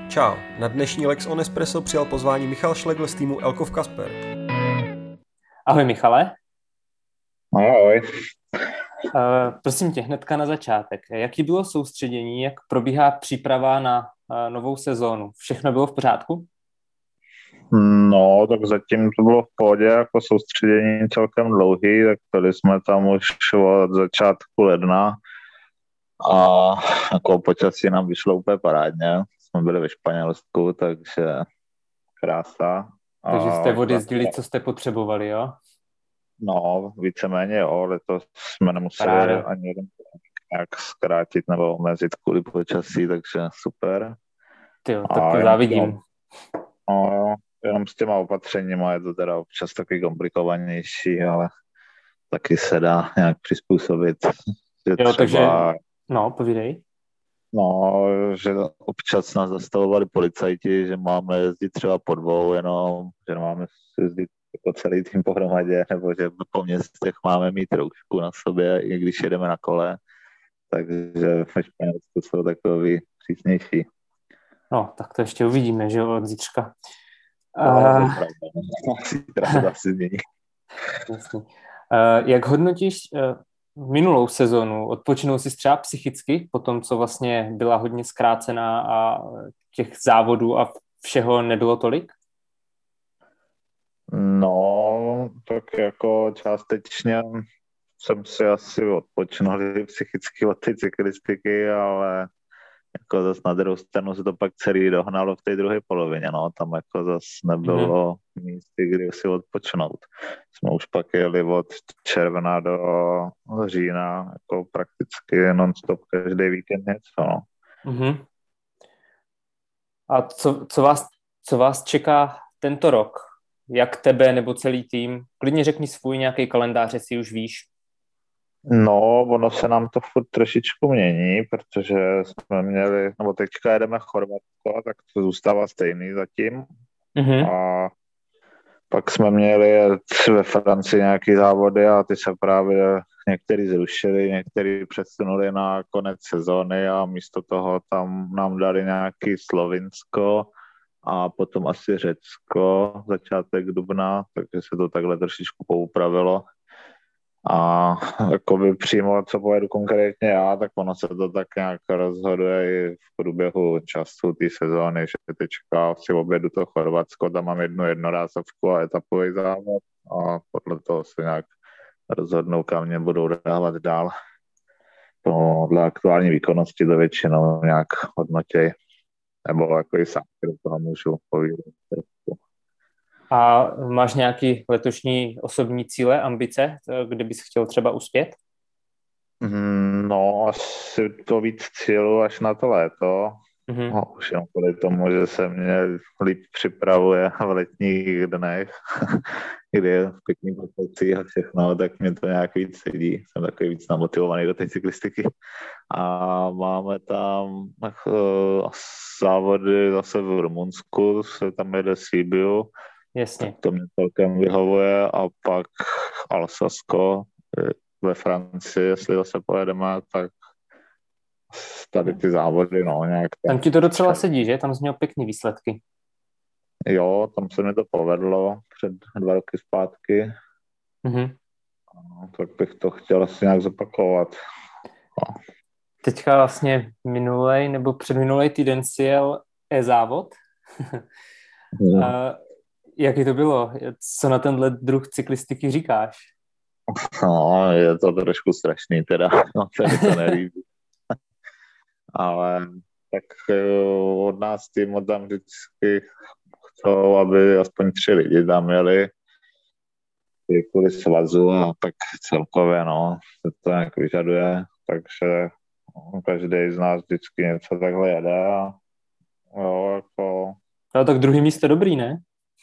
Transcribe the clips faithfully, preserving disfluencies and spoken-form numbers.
Čau, na dnešní Lex on Espresso přijal pozvání Michal Šlegl z týmu Elkov Kasper. Ahoj Michale. Ahoj. Uh, prosím tě, hnedka na začátek. Jaký bylo soustředění, jak probíhá příprava na uh, novou sezónu? Všechno bylo v pořádku? No, tak zatím to bylo v pohodě, jako soustředění celkem dlouhý, tak byli jsme tam už od začátku ledna a jako počasí nám vyšlo úplně parádně. Jsme byli ve Španělsku, takže krása. Takže jste odjezdili, co jste potřebovali, jo? No, víceméně jo, letos jsme nemuseli Paráda. ani jeden nějak zkrátit nebo omezit kvůli počasí, takže super. Tyjo, tak to závidím. No, jenom s těma opatřeníma je to teda občas taky komplikovanější, ale taky se dá nějak přizpůsobit. Že jo, třeba, takže, no, povídej. No, že občas nás zastavovali policajti, že máme jezdit třeba po dvou jenom, že máme jezdit jako celý tým pohromadě, nebo že po městech máme mít roušku na sobě, i když jedeme na kole, takže ve Španělsku jsou takový přísnější. No, tak to ještě uvidíme, že jo, od zítřka. Uh, Zítra to asi změní. Jasně. Uh, jak hodnotíš uh, minulou sezonu? Odpočinul jsi třeba psychicky po tom, co vlastně byla hodně zkrácená a těch závodů a všeho nebylo tolik? No, tak jako částečně jsem si asi odpočinul psychicky od té cyklistiky, ale jako zase na druhou stranu se to pak celý dohnalo v té druhé polovině, no, tam jako zase nebylo mm. místy, kdy si odpočinout. Jsme už pak jeli od června do října, jako prakticky non-stop každý víkend něco, no. Mm-hmm. A co, co, vás, co vás čeká tento rok? Jak tebe nebo celý tým? Klidně řekni svůj nějaký kalendář, jestli už víš. No, ono se nám to furt trošičku mění, protože jsme měli, nebo teďka jedeme Chorvatsko, tak to zůstává stejný zatím. Mm-hmm. A pak jsme měli ve Francii nějaký závody a ty se právě některý zrušili, některý přesunuli na konec sezóny a místo toho tam nám dali nějaký Slovinsko a potom asi Řecko, začátek dubna, takže se to takhle trošičku poupravilo. A jakoby přímo, co pojedu konkrétně já, tak ono se to tak nějak rozhoduje i v průběhu času té sezóny, že teďka si objedu to Chorvatsko, tam mám jednu jednorázovku a etapový závod a podle toho se nějak rozhodnou, kam mě budou dávat dál. Podle aktuální výkonnosti to většinou nějak hodnotěj, nebo jako i sám, do toho můžu povídat. A máš nějaký letošní osobní cíle, ambice, kde bys chtěl třeba uspět? No, asi to víc cílu až na to léto. Mm-hmm. No, už jen kvůli tomu, že se mě líp připravuje v letních dnech, kdy je pěkný počasí a všechno, tak mě to nějak víc sedí. Jsem takový víc namotivovaný do té cyklistiky. A máme tam uh, závody zase v Rumunsku, se tam jede Sibiu. Jasně. To mě celkem vyhovuje a pak Alsasko ve Francii, jestli zase pojedeme, tak tady ty závody, no, nějak. Tam ti to docela sedí, že? Tam jsi měl pěkný výsledky. Jo, tam se mi to povedlo před dva roky zpátky. Mm-hmm. No, tak bych to chtěl asi nějak zopakovat. No. Teďka vlastně minulej nebo předminulej týden si jel e-závod. Mm. A jaký to bylo? Co na tenhle druh cyklistiky říkáš? No, je to trošku strašný teda, no, se mi to nelíbí. Ale tak od nás týmu tam vždycky chcou, aby aspoň tři lidi tam jeli kvůli svazu a tak celkově, no, se to nějak vyžaduje, takže no, každý z nás vždycky něco takhle jede a jo, jako... No tak druhý místo dobrý, ne?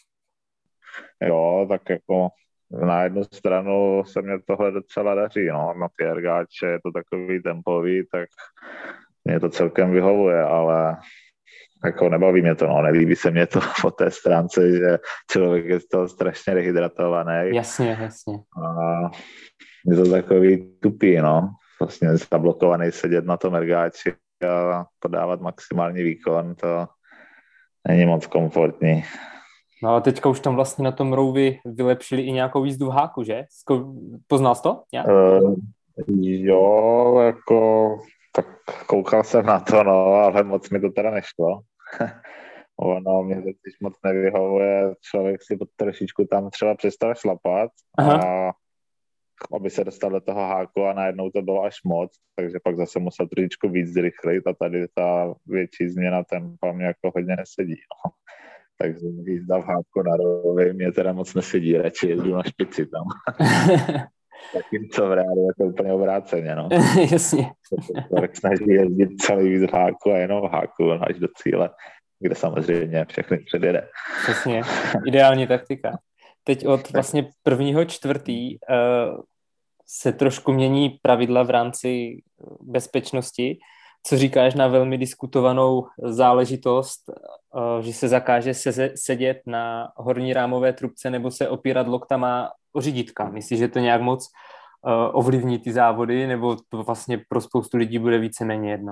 Jo, tak jako na jednu stranu se mě tohle docela daří, no, na ty ergáče je to takový tempový, tak mě to celkem vyhovuje, ale jako nebaví mě to, no, nelíbí se mě to po té stránce, že člověk je z toho strašně dehydratovaný. Jasně, jasně. A je to takový tupý, no, vlastně zablokovaný sedět na tom ergáči a podávat maximální výkon, to není moc komfortní. No a teďka už tam vlastně na tom rouvi vylepšili i nějakou jízdu v háku, že? Poznal jsi to nějak? Uh, jo, jako, tak koukal jsem na to, no, ale moc mi to teda nešlo. Ono mě totiž moc nevyhovuje, člověk si trošičku tam třeba přestal šlapat. Aha. A aby se dostal do toho háku a najednou to bylo až moc, takže pak zase musel trošičku víc zrychlit a tady ta větší změna tempa mě jako hodně nesedí. No. Takže jízda v háku na rovi mě teda moc nesedí, radši jezdu na špici tam. Zatímco v reálu je to úplně obráceně, no. Jasně. Tak snaží jezdit celý víc v háku a jenom v háku až do cíle, kde samozřejmě všechny předjede. Přesně, ideální taktika. Teď od vlastně prvního čtvrtý uh, se trošku mění pravidla v rámci bezpečnosti. Co říkáš na velmi diskutovanou záležitost, uh, že se zakáže se, sedět na horní rámové trubce nebo se opírat loktama o řídítka? Myslíš, že to nějak moc uh, ovlivní ty závody, nebo to vlastně pro spoustu lidí bude víceméně jedno?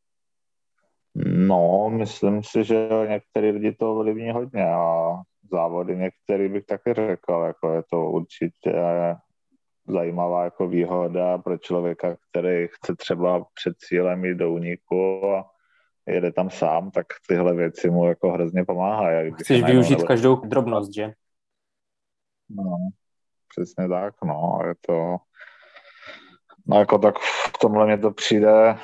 No, myslím si, že některý lidi to ovlivní hodně a závody některý bych taky řekl, jako je to určitě zajímavá jako výhoda pro člověka, který chce třeba před cílem jít do úniku a jede tam sám, tak tyhle věci mu jako hrozně pomáhají. Chceš využít nebo... každou drobnost, že? No, přesně tak, no, je to no jako tak v tomhle mě to přijde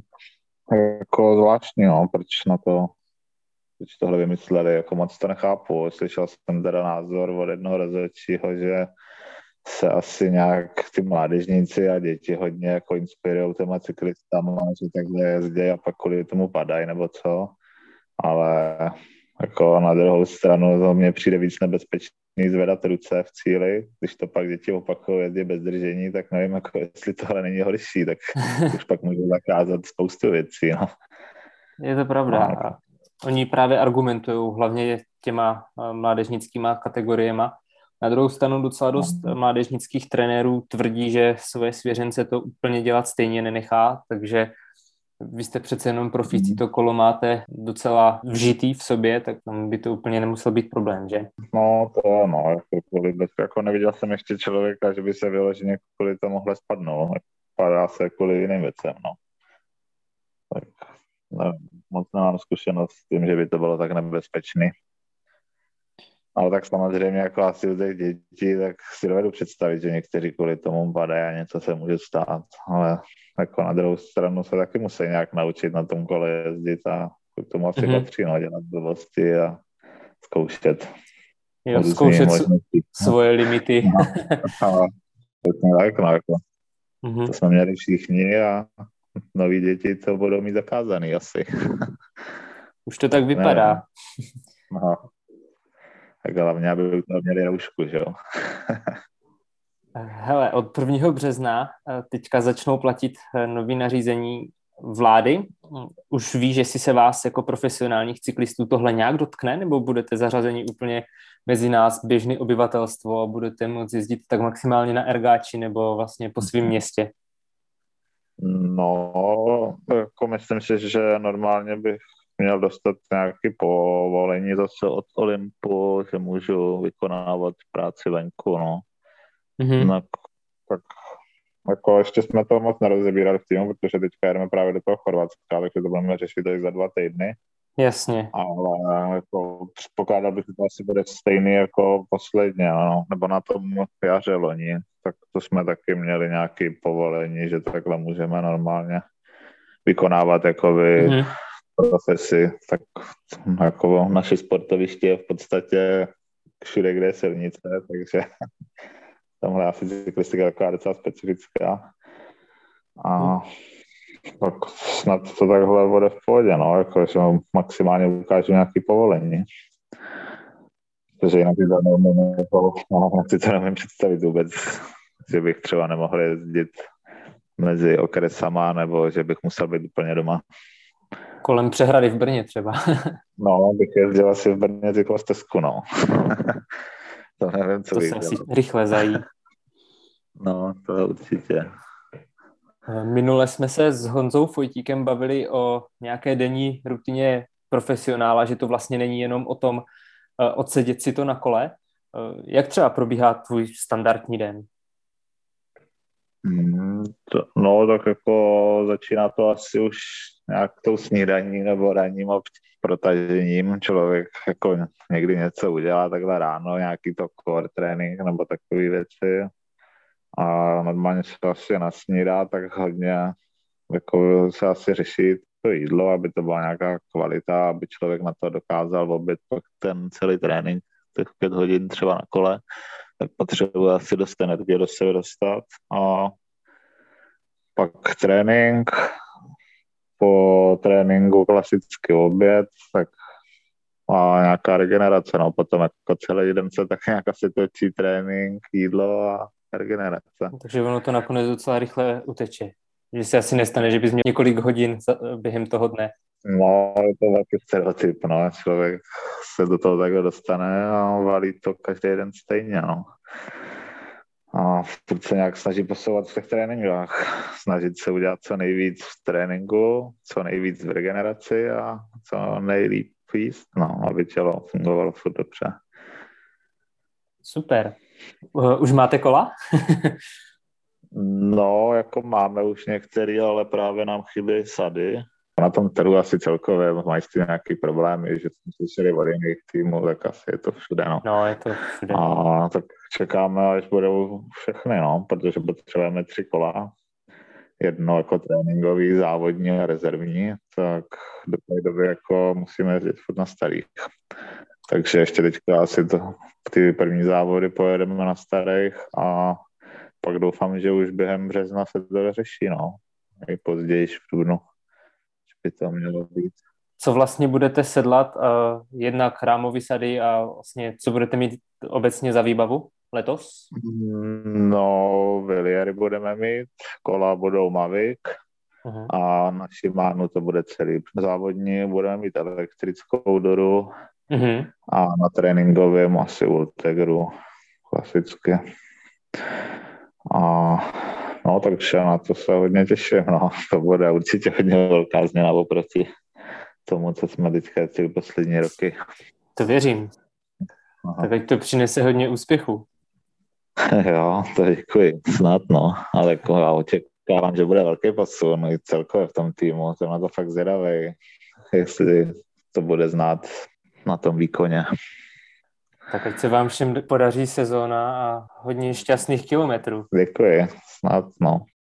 jako zvláštní, no, proč na to proč tohle vymysleli, jako moc to nechápu. Slyšel jsem teda názor od jednoho rozhodčího, že se asi nějak ty mládežníci a děti hodně jako inspirují těma cyklistama, že takhle jezdí a pak kvůli tomu padají nebo co, ale jako na druhou stranu to mně přijde víc nebezpečný zvedat ruce v cíli, když to pak děti opakují jezdí bez držení, tak nevím, jako jestli tohle není horší, tak už pak můžu zakázat spoustu věcí, no. Je to pravda. No. Oni právě argumentují hlavně těma mládežnickýma kategoriema. Na druhou stranu docela dost mládežnických trenérů tvrdí, že svoje svěřence to úplně dělat stejně nenechá, takže vy jste přece jenom profíci, to kolo máte docela vžitý v sobě, tak tam by to úplně nemusel být problém, že? No to ano, jako, kvůli, jako neviděl jsem ještě člověka, že by se vyloženě kvůli tomu mohle spadnout. Padá se kvůli jiným věcem, no. Tak ne, moc nemám zkušenost s tím, že by to bylo tak nebezpečný. Ale tak samozřejmě jako asi u těch dětí, tak si dovedu představit, že někteří kvůli tomu padají a něco se může stát. Ale jako na druhou stranu se taky musí nějak naučit na tom kole jezdit a k tomu asi mm-hmm. patří, no, dělat blbosti a zkoušet. Jo, zkoušet svoje limity. No, no, tak, no, jako. Mm-hmm. To jsme měli všichni a noví děti to budou mít zakázaný asi. Už to tak vypadá. No. Tak hlavně, aby to měli roušku, že jo? Hele, od prvního března teďka začnou platit nový nařízení vlády. Už víš, jestli se vás jako profesionálních cyklistů tohle nějak dotkne, nebo budete zařazeni úplně mezi nás běžné obyvatelstvo a budete moct jezdit tak maximálně na ergáči nebo vlastně po svém městě? No, jako myslím si, že normálně bych měl dostat nějaké povolení zase od Olympu, že můžu vykonávat práci venku, no. Mm-hmm. no tak jako ještě jsme to moc nerozebírali v týmu, protože teďka jdeme právě do toho Chorvatska, takže to budeme řešit až za dva týdny. Jasně. Ale jako předpokládal bych, že to asi bude stejný jako posledně, no, nebo na tom jaře loni, tak to jsme taky měli nějaké povolení, že takhle můžeme normálně vykonávat jakoby mm-hmm. profesi, tak jako naše sportoviště je v podstatě všude, kde je silnice, takže tamhle asi cyklistika je taková docela specifická. A tak snad to takhle bude v pohodě, no, jako, že maximálně ukážu nějaké povolení. Protože jinak si to nemůžu, no, si to nemůžu představit vůbec, že bych třeba nemohl jezdit mezi okresama, nebo že bych musel být úplně doma. Kolem přehrady v Brně třeba. No, bych jezdil asi v Brně cyklostezku, no. To nevím, co to bych se asi dělal. rychle zají. No, to určitě. Minule jsme se s Honzou Fojtíkem bavili o nějaké denní rutině profesionála, že to vlastně není jenom o tom uh, odsedět si to na kole. Uh, jak třeba probíhá tvůj standardní den? Hmm, to, no, tak jako začíná to asi už nějak tou snídaní nebo ranním protažením. Člověk jako někdy něco udělá takhle ráno, nějaký to core trénink nebo takové věci. A normálně se asi nasnídá, tak hodně jako se asi řeší to jídlo, aby to byla nějaká kvalita, aby člověk na to dokázal obět pak ten celý trénink, těch pět hodin třeba na kole, tak potřebuje asi dost energie do sebe dostat. A pak trénink, po tréninku klasický oběd, tak a nějaká regenerace, no potom jako celý den se tak nějak asi točí trénink, jídlo a regenerace. Takže ono to nakonec docela rychle uteče. Že se asi nestane, že bys měl několik hodin během toho dne. No, je to taky stereotyp, no. Člověk se do toho takhle dostane a valí to každý den stejně, no. A furt se nějak snaží posouvat v těch tréninkách. Snažit se udělat co nejvíc v tréninku, co nejvíc v regeneraci a co nejlíp jíst, no, aby tělo fungovalo furt dobře. Super. Už máte kola? No, jako máme už některý, ale právě nám chybí sady. Na tom trhu asi celkově mají s tím nějaký problémy, že jsme slyšeli od jiných týmů, tak asi je to všude, no. No, je to všude. A tak čekáme, až budou všechny, no, protože potřebujeme tři kola. Jedno jako tréninkový, závodní a rezervní, tak do té doby jako musíme jezdit furt na starých. Takže ještě teďka asi to, ty první závody pojedeme na starých a pak doufám, že už během března se to řeší, no. I později v dubnu, že by to mělo být. Co vlastně budete sedlat? Uh, jednak chrámový sady a vlastně co budete mít obecně za výbavu letos? No, Viliery budeme mít, kola budou Mavic uh-huh. a na Shimanu to bude celý závodní, budeme mít elektrickou Doru uh-huh. a na tréninkovém asi Ultegru klasicky. A no, takže na to se hodně těším, no. To bude určitě hodně velká změna oproti tomu, co jsme teďka ty poslední roky. To věřím. Aha. Tak ať to přinese hodně úspěchu. Jo, to děkuji, snad no, ale jako já očekávám, že bude velký posun i celkově v tom týmu, jsem na to fakt zvědavý, jestli to bude znát na tom výkoně. Tak ať se vám všem podaří sezóna a hodně šťastných kilometrů. Děkuji, snad no.